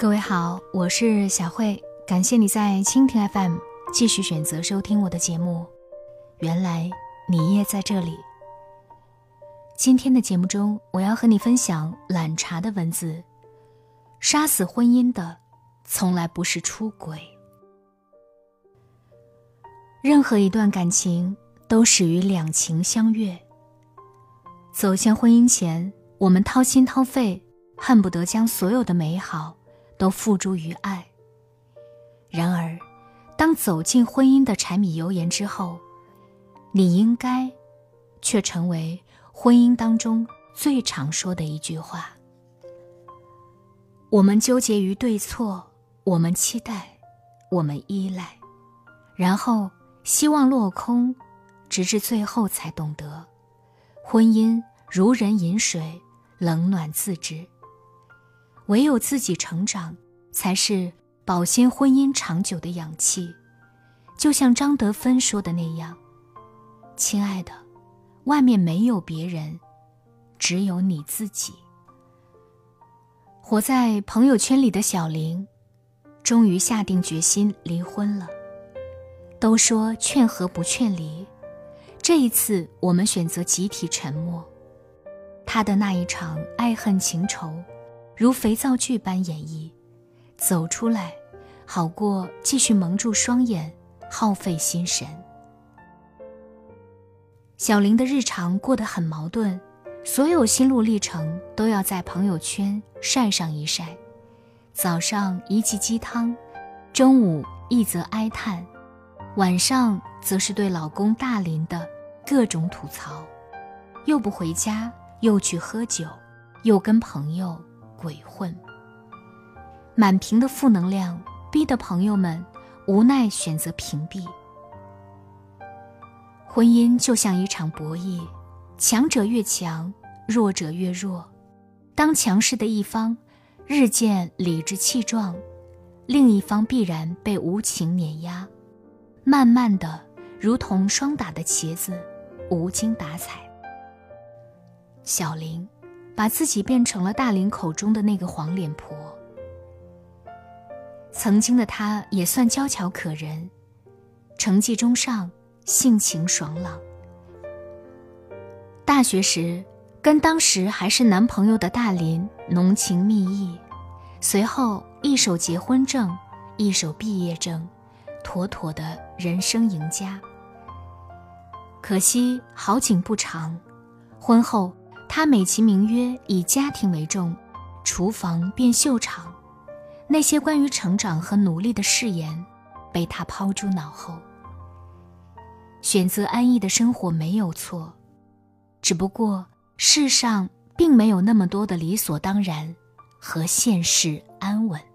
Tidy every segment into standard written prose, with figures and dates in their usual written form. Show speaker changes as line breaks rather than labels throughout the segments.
各位好，我是小慧，感谢你在蜻蜓 FM 继续选择收听我的节目。原来你也在这里。今天的节目中，我要和你分享懒茶的文字。杀死婚姻的从来不是出轨。任何一段感情都始于两情相悦。走向婚姻前，我们掏心掏肺，恨不得将所有的美好都付诸于爱。然而，当走进婚姻的柴米油盐之后，你应该却成为婚姻当中最常说的一句话。我们纠结于对错，我们期待，我们依赖，然后希望落空，直至最后才懂得，婚姻如人饮水，冷暖自知。唯有自己成长，才是保鲜婚姻长久的氧气。就像张德芬说的那样，亲爱的，外面没有别人，只有你自己。活在朋友圈里的小玲，终于下定决心离婚了。都说劝和不劝离，这一次我们选择集体沉默。她的那一场爱恨情仇，如肥皂剧般演绎，走出来好过继续蒙住双眼，耗费心神。小玲的日常过得很矛盾，所有心路历程都要在朋友圈晒上一晒。早上一记鸡汤，中午一则哀叹，晚上则是对老公大林的各种吐槽，又不回家，又去喝酒，又跟朋友鬼混。满屏的负能量逼得朋友们无奈选择屏蔽。婚姻就像一场博弈，强者越强，弱者越弱。当强势的一方日渐理直气壮，另一方必然被无情碾压，慢慢的如同霜打的茄子，无精打采。小玲把自己变成了大林口中的那个黄脸婆。曾经的她也算娇巧可人，成绩中上，性情爽朗。大学时跟当时还是男朋友的大林浓情蜜意，随后一手结婚证，一手毕业证，妥妥的人生赢家。可惜好景不长，婚后他美其名曰以家庭为重，厨房变秀场，那些关于成长和努力的誓言被他抛诸脑后。选择安逸的生活没有错，只不过世上并没有那么多的理所当然和现世安稳。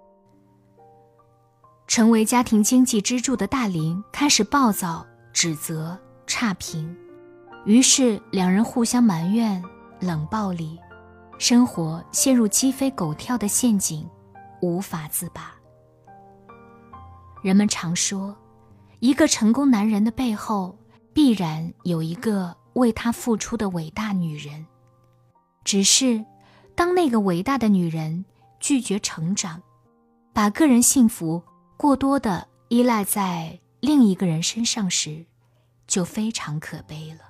成为家庭经济支柱的大林开始暴躁、指责、差评，于是两人互相埋怨、冷暴力，生活陷入鸡飞狗跳的陷阱，无法自拔。人们常说，一个成功男人的背后必然有一个为他付出的伟大女人，只是当那个伟大的女人拒绝成长，把个人幸福过多的依赖在另一个人身上时，就非常可悲了。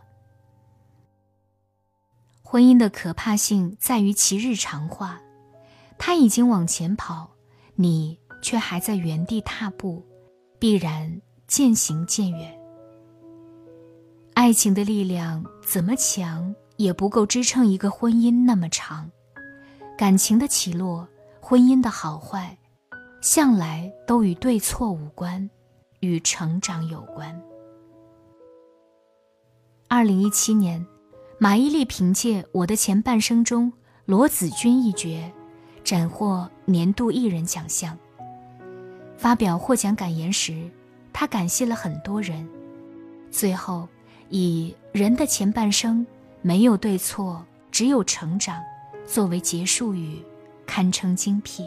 婚姻的可怕性在于其日常化，他已经往前跑，你却还在原地踏步，必然渐行渐远。爱情的力量怎么强也不够支撑一个婚姻那么长。感情的起落，婚姻的好坏，向来都与对错无关，与成长有关。2017年，马伊琍凭借《我的前半生》中罗子君一角，斩获年度艺人奖项。发表获奖感言时，她感谢了很多人，最后以人的前半生没有对错，只有成长作为结束语，堪称精辟。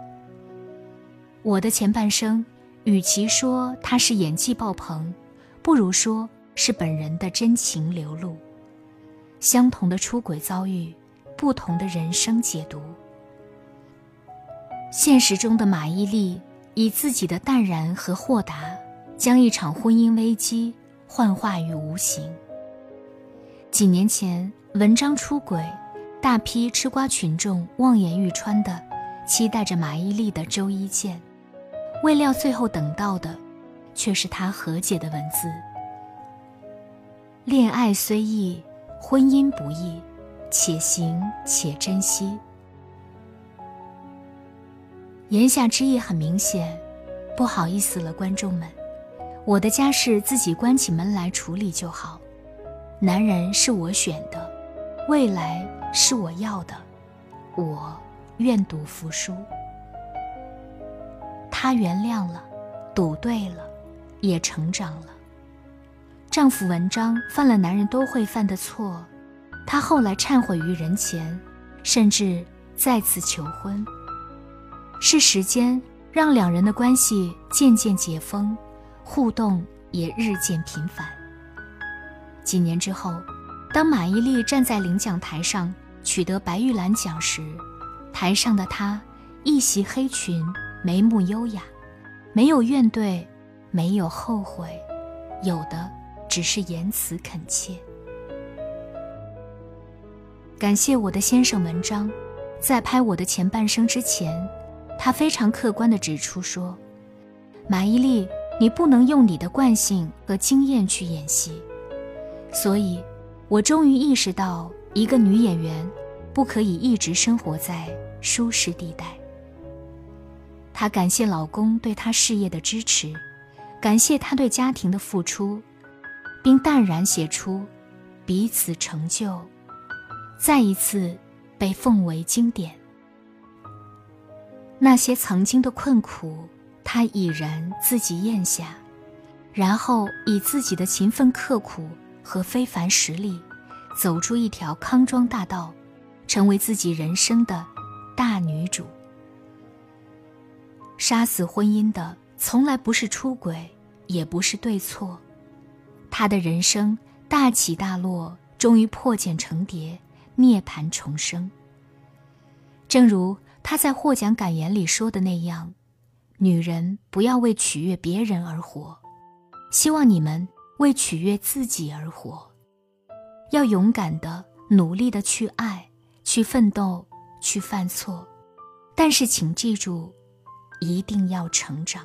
我的前半生，与其说它是演技爆棚，不如说是本人的真情流露。相同的出轨遭遇，不同的人生解读。 现实中的马伊琍以自己的淡然和豁达，将一场婚姻危机幻化于无形。几年前文章出轨，大批吃瓜群众望眼欲穿地期待着马伊琍的周一见，未料最后等到的却是她和解的文字：恋爱虽易，婚姻不易，且行且珍惜。言下之意很明显，不好意思了观众们，我的家事自己关起门来处理就好，男人是我选的，未来是我要的，我愿赌服输。她原谅了，赌对了，也成长了。丈夫文章犯了男人都会犯的错，她后来忏悔于人前，甚至再次求婚。是时间让两人的关系渐渐解封，互动也日渐频繁。几年之后，当马伊琍站在领奖台上取得白玉兰奖时，台上的她一袭黑裙，眉目优雅，没有怨怼，没有后悔，有的只是言辞恳切。感谢我的先生文章，在拍我的前半生之前，他非常客观地指出说，马伊琍，你不能用你的惯性和经验去演戏。所以我终于意识到，一个女演员不可以一直生活在舒适地带。她感谢老公对她事业的支持，感谢他对家庭的付出，并淡然写出彼此成就，再一次被奉为经典。那些曾经的困苦，他已然自己咽下，然后以自己的勤奋刻苦和非凡实力，走出一条康庄大道，成为自己人生的大女主。杀死婚姻的从来不是出轨，也不是对错，她的人生大起大落，终于破茧成蝶，涅槃重生。正如他在获奖感言里说的那样，女人不要为取悦别人而活，希望你们为取悦自己而活。要勇敢的、努力的去爱，去奋斗，去犯错，但是请记住，一定要成长。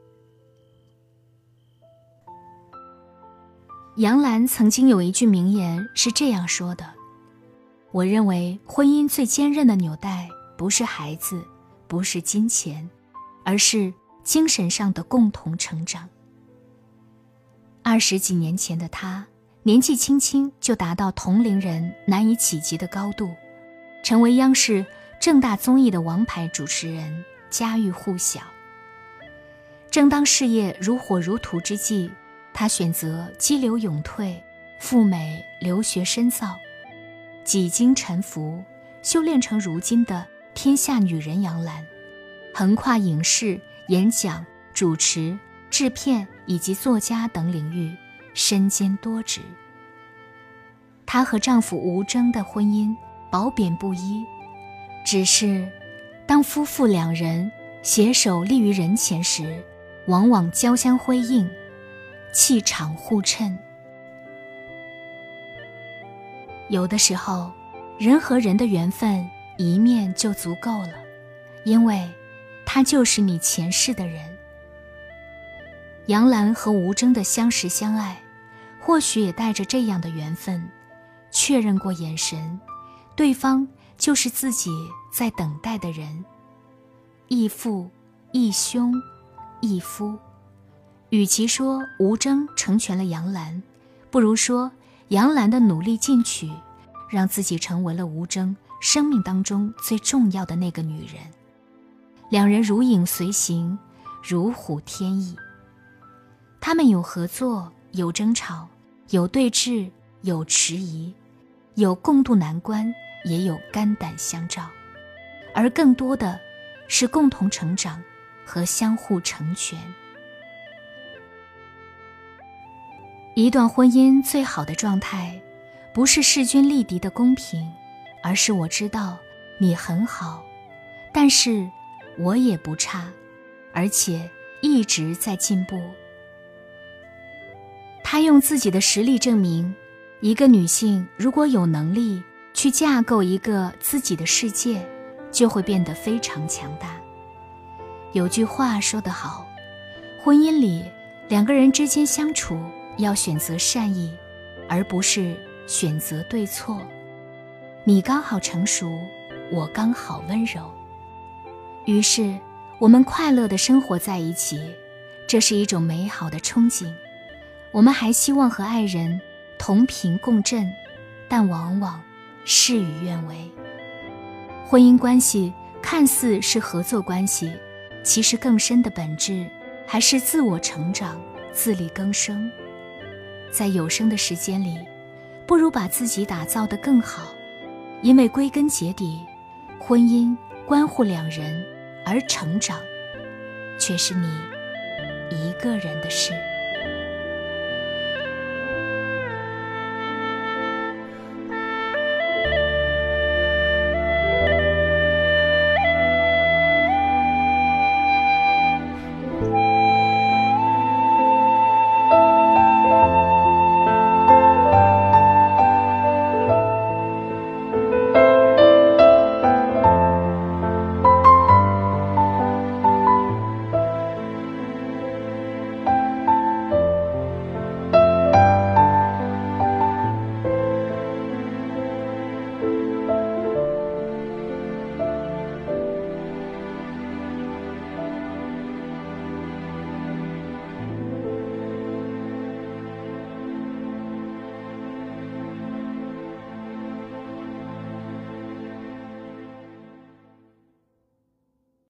杨澜曾经有一句名言是这样说的：我认为婚姻最坚韧的纽带不是孩子，不是金钱，而是精神上的共同成长。20几年前的她，年纪轻轻就达到同龄人难以企及的高度，成为央视正大综艺的王牌主持人，家喻户晓。正当事业如火如荼之际，她选择激流勇退，赴美留学深造，几经沉浮，修炼成如今的天下女人杨澜，横跨影视、演讲、主持、制片以及作家等领域，身兼多职。她和丈夫吴峥的婚姻褒贬不一，只是当夫妇两人携手立于人前时，往往交相辉映，气场互衬。有的时候，人和人的缘分一面就足够了，因为他就是你前世的人。杨澜和吴峥的相识相爱，或许也带着这样的缘分，确认过眼神，对方就是自己在等待的人。异父、异兄、异夫，与其说吴峥成全了杨澜，不如说杨澜的努力进取，让自己成为了吴峥生命当中最重要的那个女人。两人如影随形，如虎添翼。他们有合作，有争吵，有对峙，有迟疑，有共度难关，也有肝胆相照，而更多的是共同成长和相互成全。一段婚姻最好的状态，不是势均力敌的公平，而是我知道你很好，但是我也不差，而且一直在进步。他用自己的实力证明，一个女性如果有能力去架构一个自己的世界，就会变得非常强大。有句话说得好，婚姻里两个人之间相处要选择善意，而不是选择对错。你刚好成熟，我刚好温柔。于是我们快乐地生活在一起，这是一种美好的憧憬。我们还希望和爱人同频共振，但往往事与愿违。婚姻关系看似是合作关系，其实更深的本质还是自我成长、自力更生。在有生的时间里，不如把自己打造得更好，因为归根结底，婚姻关乎两人，而成长却是你一个人的事。